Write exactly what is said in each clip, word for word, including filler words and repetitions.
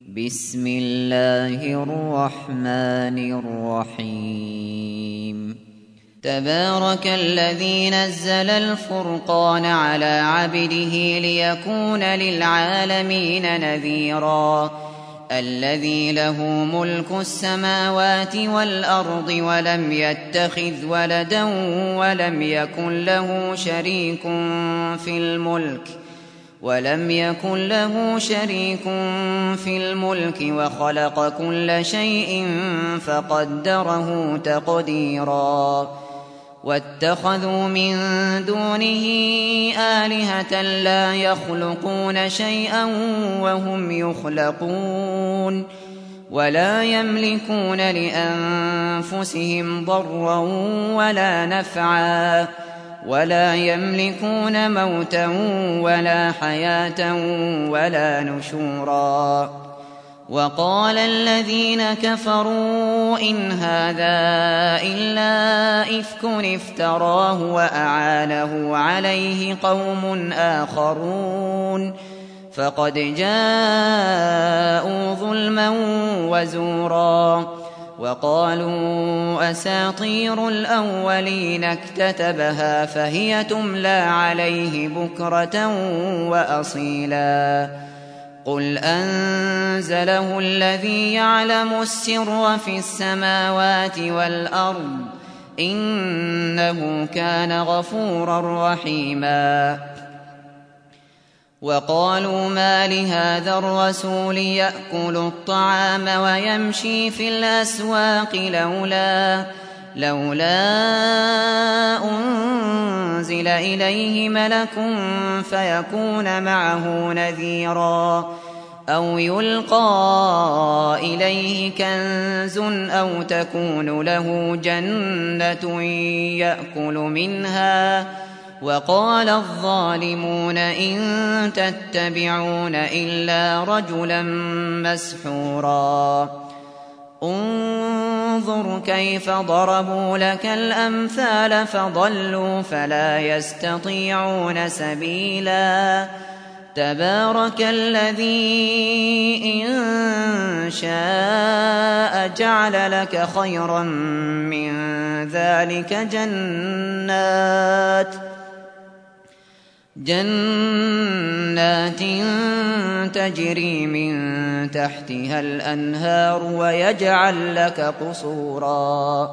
بسم الله الرحمن الرحيم تبارك الذي نزل الفرقان على عبده ليكون للعالمين نذيرا الذي له ملك السماوات والأرض ولم يتخذ ولدا ولم يكن له شريك في الملك ولم يكن له شريك في الملك وخلق كل شيء فقدره تقديرا واتخذوا من دونه آلهة لا يخلقون شيئا وهم يخلقون ولا يملكون لأنفسهم ضرا ولا نفعا ولا يملكون موتا ولا حياة ولا نشورا وقال الذين كفروا إن هذا إلا إفك افتراه وأعانه عليه قوم آخرون فقد جاءوا ظلما وزورا وقالوا أساطير الأولين اكتتبها فهي تملى عليه بكرة وأصيلا قل أنزله الذي يعلم السر في السماوات والأرض إنه كان غفورا رحيما وقالوا ما لهذا الرسول يأكل الطعام ويمشي في الأسواق لولا لولا أنزل إليه ملك فيكون معه نذيرا أو يلقى إليه كنز أو تكون له جنة يأكل منها وقال الظالمون إن تتبعون إلا رجلا مسحورا انظر كيف ضربوا لك الأمثال فضلوا فلا يستطيعون سبيلا تبارك الذي إن شاء جعل لك خيرا من ذلك جنات جنات تجري من تحتها الأنهار ويجعل لك قصورا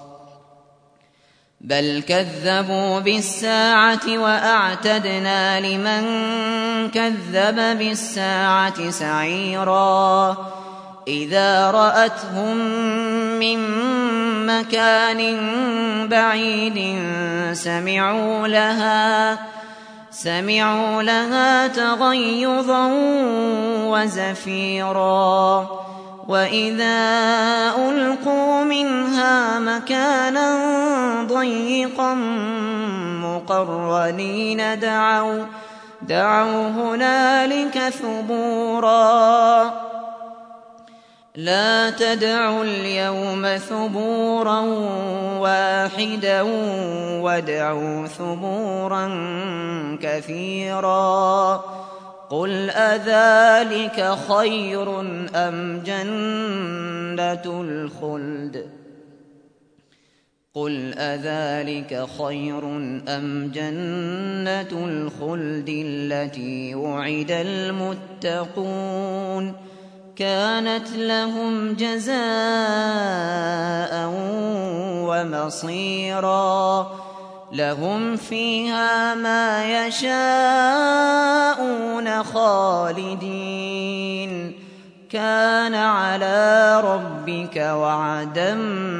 بل كذبوا بالساعة وأعتدنا لمن كذب بالساعة سعيرا إذا رأتهم من مكان بعيد سمعوا لها سمعوا لها تغيظا وزفيرا وإذا ألقوا منها مكانا ضيقا مقرنين دعوا دعوا هنالك ثبورا لا تدعوا اليوم ثبورا واحدا وادعوا ثبورا كثيرا قل أذلك خير أم جنة الخلد قل أذلك خير أم جنة الخلد التي وعد المتقون كانت لهم جزاء ومصيرا لهم فيها ما يشاءون خالدين كان على ربك وعدا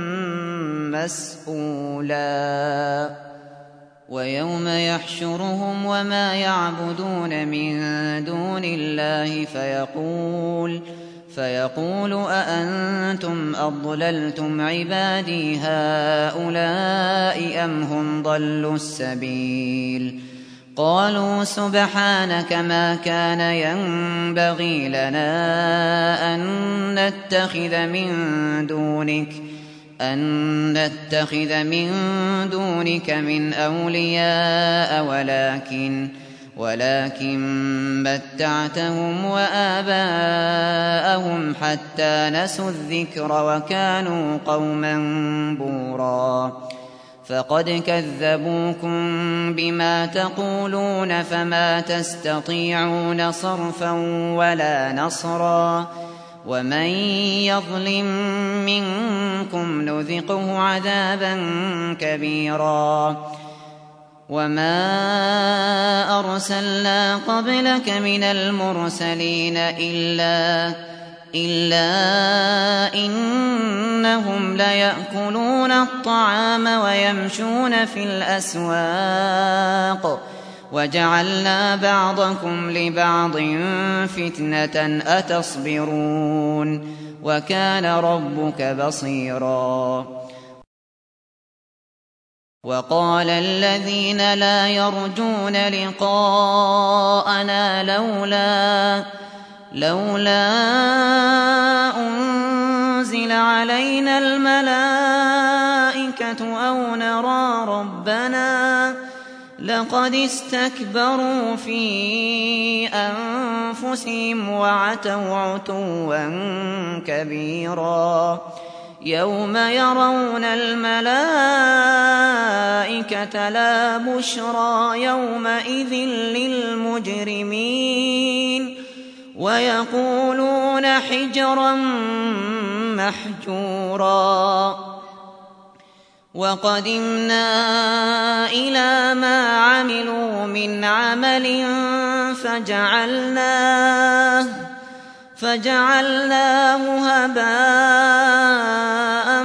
مسئولا ويوم يحشرهم وما يعبدون من دون الله فيقول فيقول أأنتم أضللتم عبادي هؤلاء أم هم ضلوا السبيل قالوا سبحانك ما كان ينبغي لنا أن نتخذ من دونك أن نتخذ من دونك من أولياء ولكن ولكن متعتهم وآباءهم لهم حتى نسوا الذكر وكانوا قوما بورا فقد كذبوكم بما تقولون فما تستطيعون صرفا ولا نصرا ومن يظلم منكم نذقه عذابا كبيرا وما أرسلنا قبلك من المرسلين إلا إلا إنهم ليأكلون الطعام ويمشون في الأسواق وجعلنا بعضكم لبعض فتنة أتصبرون وكان ربك بصيرا وقال الذين لا يرجون لقاءنا لولا لولا أنزل علينا الملائكة أو نرى ربنا لقد استكبروا في أنفسهم وعتوا عتوا كبيرا يوم يرون الملائكة لا بشرى يومئذ للمجرمين ويقولون حجرا محجورا وقدمنا إلى ما عملوا من عمل فجعلناه فجعلناه هباء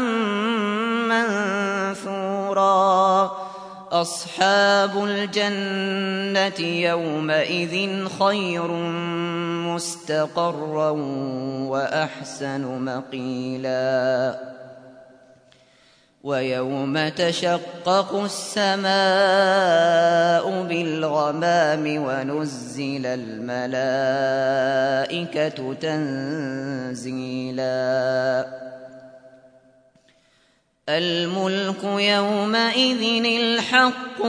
منثورا أصحاب الجنة يومئذ خير مستقرا وأحسن مقيلا ويوم تشقق السماء بالغمام ونزل الملائكة تنزيلا الملك يومئذ الحق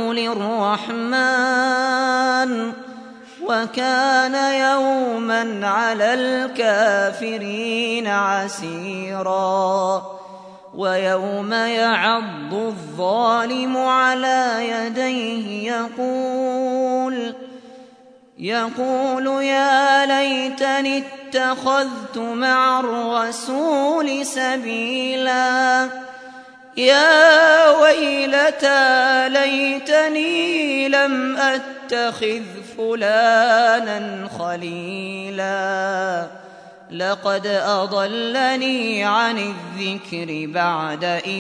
للرحمن وكان يوما على الكافرين عسيرا ويوم يعض الظالم على يديه يقول يقول يا ليتني اتخذت مع الرسول سبيلا يا ويلتى ليتني لم أتخذ فلانا خليلا لقد أضلني عن الذكر بعد إذ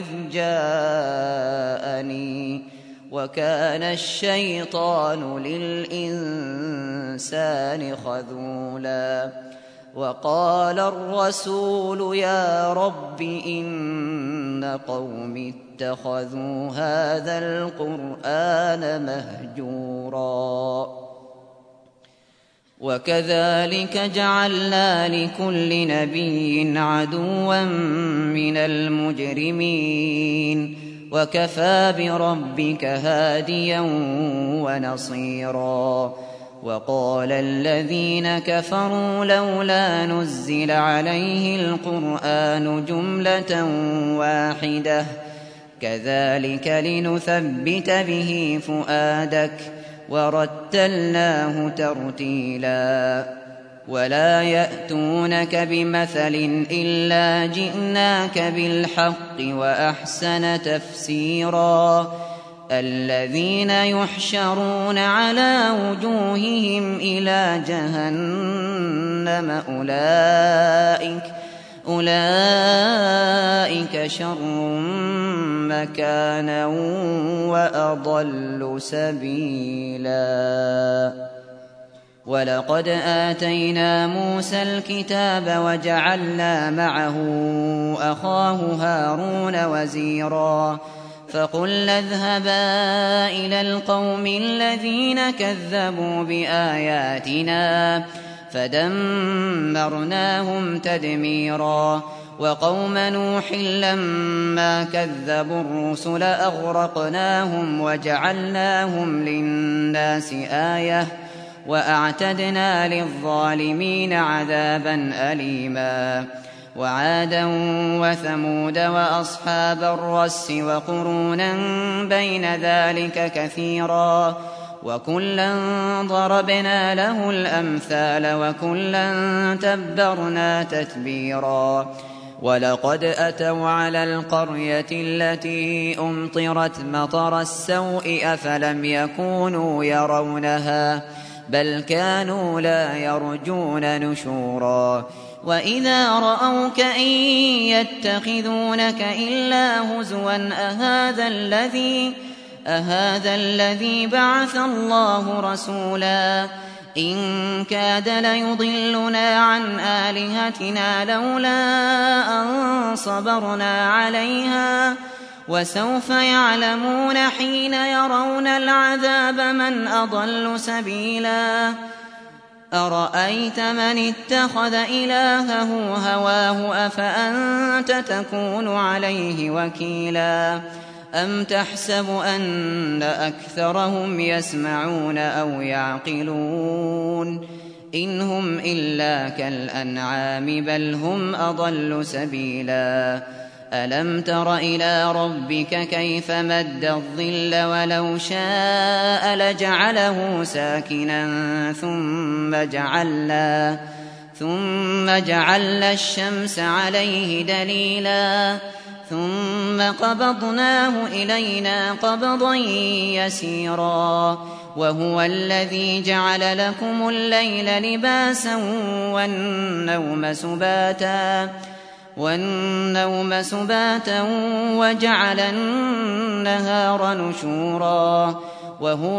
جاءني وكان الشيطان للإنسان خذولا وقال الرسول يا رب إن قومي اتخذوا هذا القرآن مهجورا وكذلك جعلنا لكل نبي عدوا من المجرمين وكفى بربك هاديا ونصيرا وقال الذين كفروا لولا نزل عليه القرآن جملة واحدة كذلك لنثبت به فؤادك ورتلناه ترتيلا ولا يأتونك بمثل إلا جئناك بالحق وأحسن تفسيرا الذين يحشرون على وجوههم إلى جهنم أولئك أولئك شر مكانا وأضل سبيلا ولقد آتينا موسى الكتاب وجعلنا معه أخاه هارون وزيرا فقلنا اذهبا إلى القوم الذين كذبوا بآياتنا فدمرناهم تدميرا وقوم نوح لما كذبوا الرسل أغرقناهم وجعلناهم للناس آية وأعتدنا للظالمين عذابا أليما وعادا وثمود وأصحاب الرس وقرونا بين ذلك كثيرا وكلا ضربنا له الأمثال وكلا تبرنا تتبيرا ولقد أتوا على القرية التي أمطرت مطر السوء أفلم يكونوا يرونها بل كانوا لا يرجون نشورا وإذا رأوك إن يتخذونك إلا هزوا أهذا الذي أهذا الذي بعث الله رسولا إن كاد ليضلنا عن آلهتنا لولا أن صبرنا عليها وسوف يعلمون حين يرون العذاب من أضل سبيلا أرأيت من اتخذ إلهه هواه أفأنت تكون عليه وكيلا أم تحسب أن أكثرهم يسمعون أو يعقلون إن هم إلا كالأنعام بل هم أضل سبيلا ألم تر إلى ربك كيف مد الظل ولو شاء لجعله ساكنا ثم جعلنا ثم جعلنا الشمس عليه دليلا ثم قبضناه إلينا قبضا يسيرا وهو الذي جعل لكم الليل لباسا والنوم سباتا والنوم سباتا وجعل النهار نشورا وهو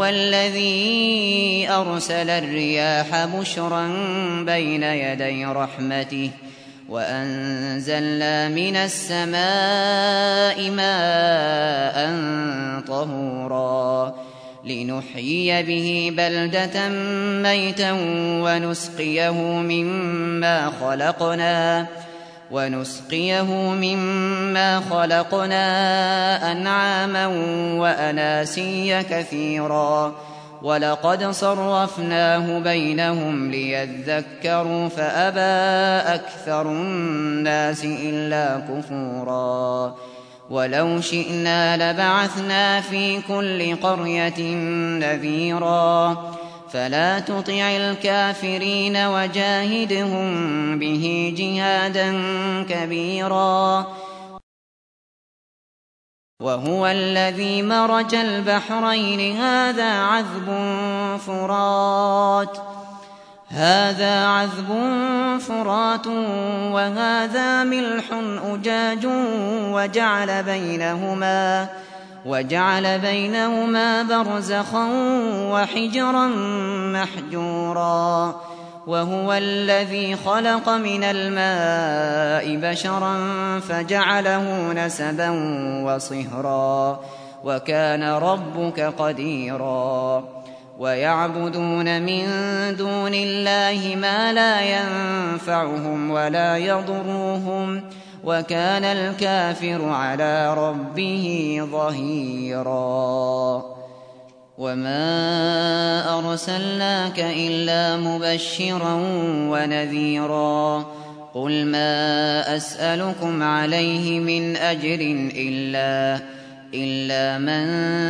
الذي أرسل الرياح بشرا بين يدي رحمته وأنزلنا من السماء ماء طهورا لنحيي به بلدة ميتا ونسقيه مما خلقنا ونسقيه مما خلقنا أنعاما وأناسيا كثيرا ولقد صرفناه بينهم ليذكروا فأبى أكثر الناس إلا كفورا ولو شئنا لبعثنا في كل قرية نذيرا فلا تطع الكافرين وجاهدهم به جهادا كبيرا وهو الذي مرج البحرين هذا عذب فرات هذا عذب فرات وهذا ملح أجاج وجعل بينهما وجعل بينهما برزخا وحجرا محجورا وهو الذي خلق من الماء بشرا فجعله نسبا وصهرا وكان ربك قديرا ويعبدون من دون الله ما لا ينفعهم ولا يضرهم وكان الكافر على ربه ظهيرا وما أرسلناك إلا مبشرا ونذيرا قل ما أسألكم عليه من أجر إلا إلا من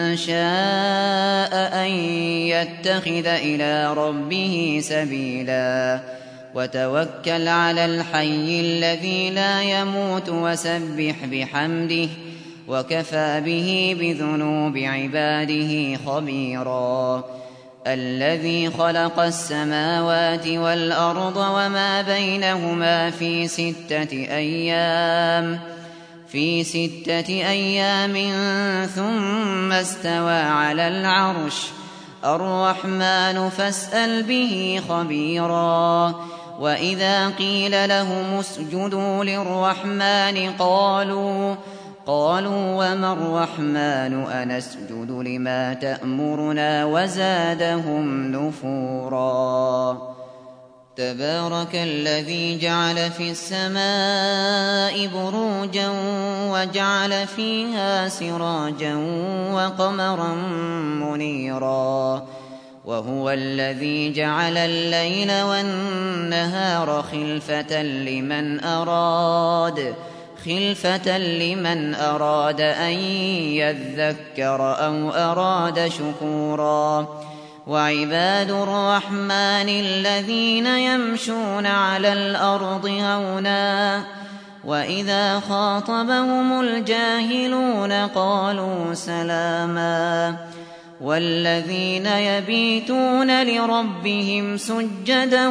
شاء أن يتخذ إلى ربه سبيلا وتوكل على الحي الذي لا يموت وسبح بحمده وكفى به بذنوب عباده خبيرا الذي خلق السماوات والأرض وما بينهما في ستة أيام في ستة أيام ثم استوى على العرش الرحمن فاسأل به خبيرا وإذا قيل لهم اسجدوا للرحمن قالوا قالوا وما الرحمن أنسجد لما تأمرنا وزادهم نفورا تبارك الذي جعل في السماء بروجا وجعل فيها سراجا وقمرا منيرا وهو الذي جعل الليل والنهار خلفة لمن أراد خلفة لمن أراد أن يذكر أو أراد شكورا وعباد الرحمن الذين يمشون على الأرض هونا وإذا خاطبهم الجاهلون قالوا سلاما والذين يبيتون لربهم سجدا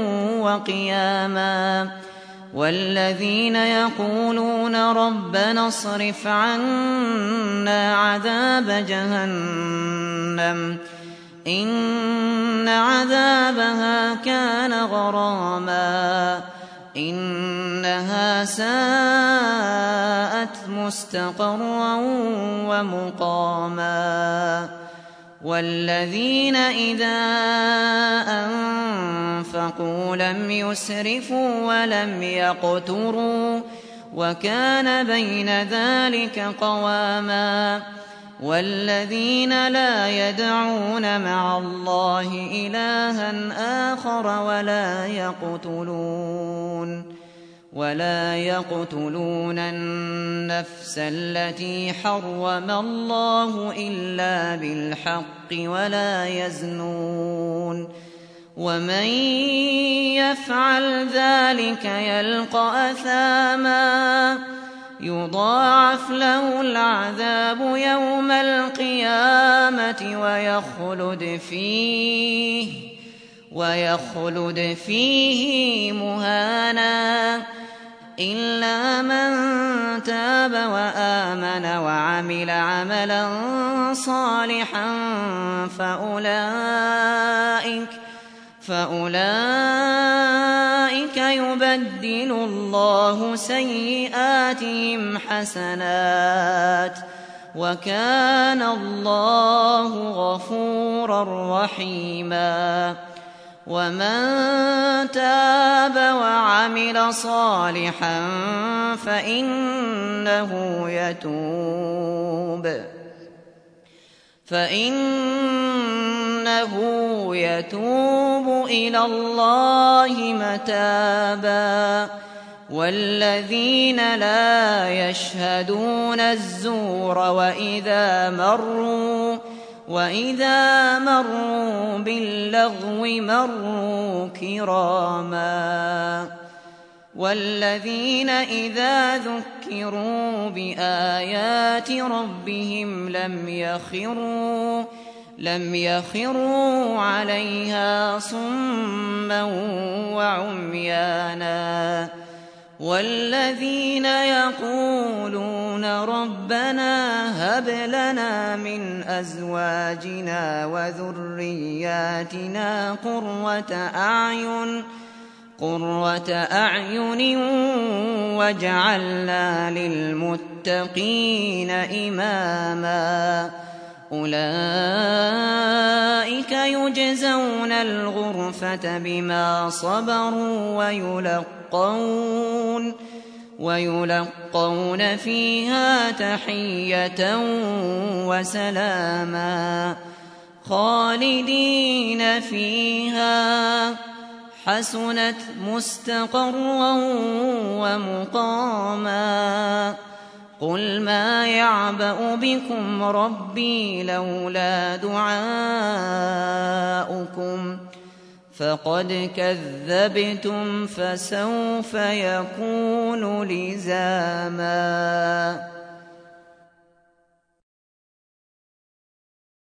وقياما والذين يقولون ربنا اصرف عنا عذاب جهنم إن عذابها كان غراما إنها ساءت مستقرا ومقاما والذين إذا أنفقوا لم يسرفوا ولم يقتروا وكان بين ذلك قواما والذين لا يدعون مع الله إلها آخر ولا يقتلون ولا يقتلون النفس التي حرم الله إلا بالحق ولا يزنون ومن يفعل ذلك يلقى أثاما يضاعف له العذاب يوم القيامة ويخلد فيه ويخلد فيه مهانا إلا من تاب وآمن وعمل عملا صالحا فأولئك فأولئك يبدل الله سيئاتهم حسنات وكان الله غفورا رحيما ومن تاب وعمل صالحا فإنه يتوب فإنه يتوب إلى الله متابا والذين لا يشهدون الزور وإذا مروا وإذا مروا باللغو مروا كراما والذين إذا ذكروا بآيات ربهم لم يخروا لم يخروا عليها صما وعميانا والذين يقولون ربنا هب لنا من أزواجنا وذرياتنا قرة أعين قرة أعين واجعلنا للمتقين إماما أولئك يجزون الغرفة بما صبروا ويلقون ويلقون فيها تحية وسلاما خالدين فيها حسنت مستقرا ومقاما قل ما يعبأ بكم ربي لولا دعاؤكم فقد كذبتم فسوف يكون لزاما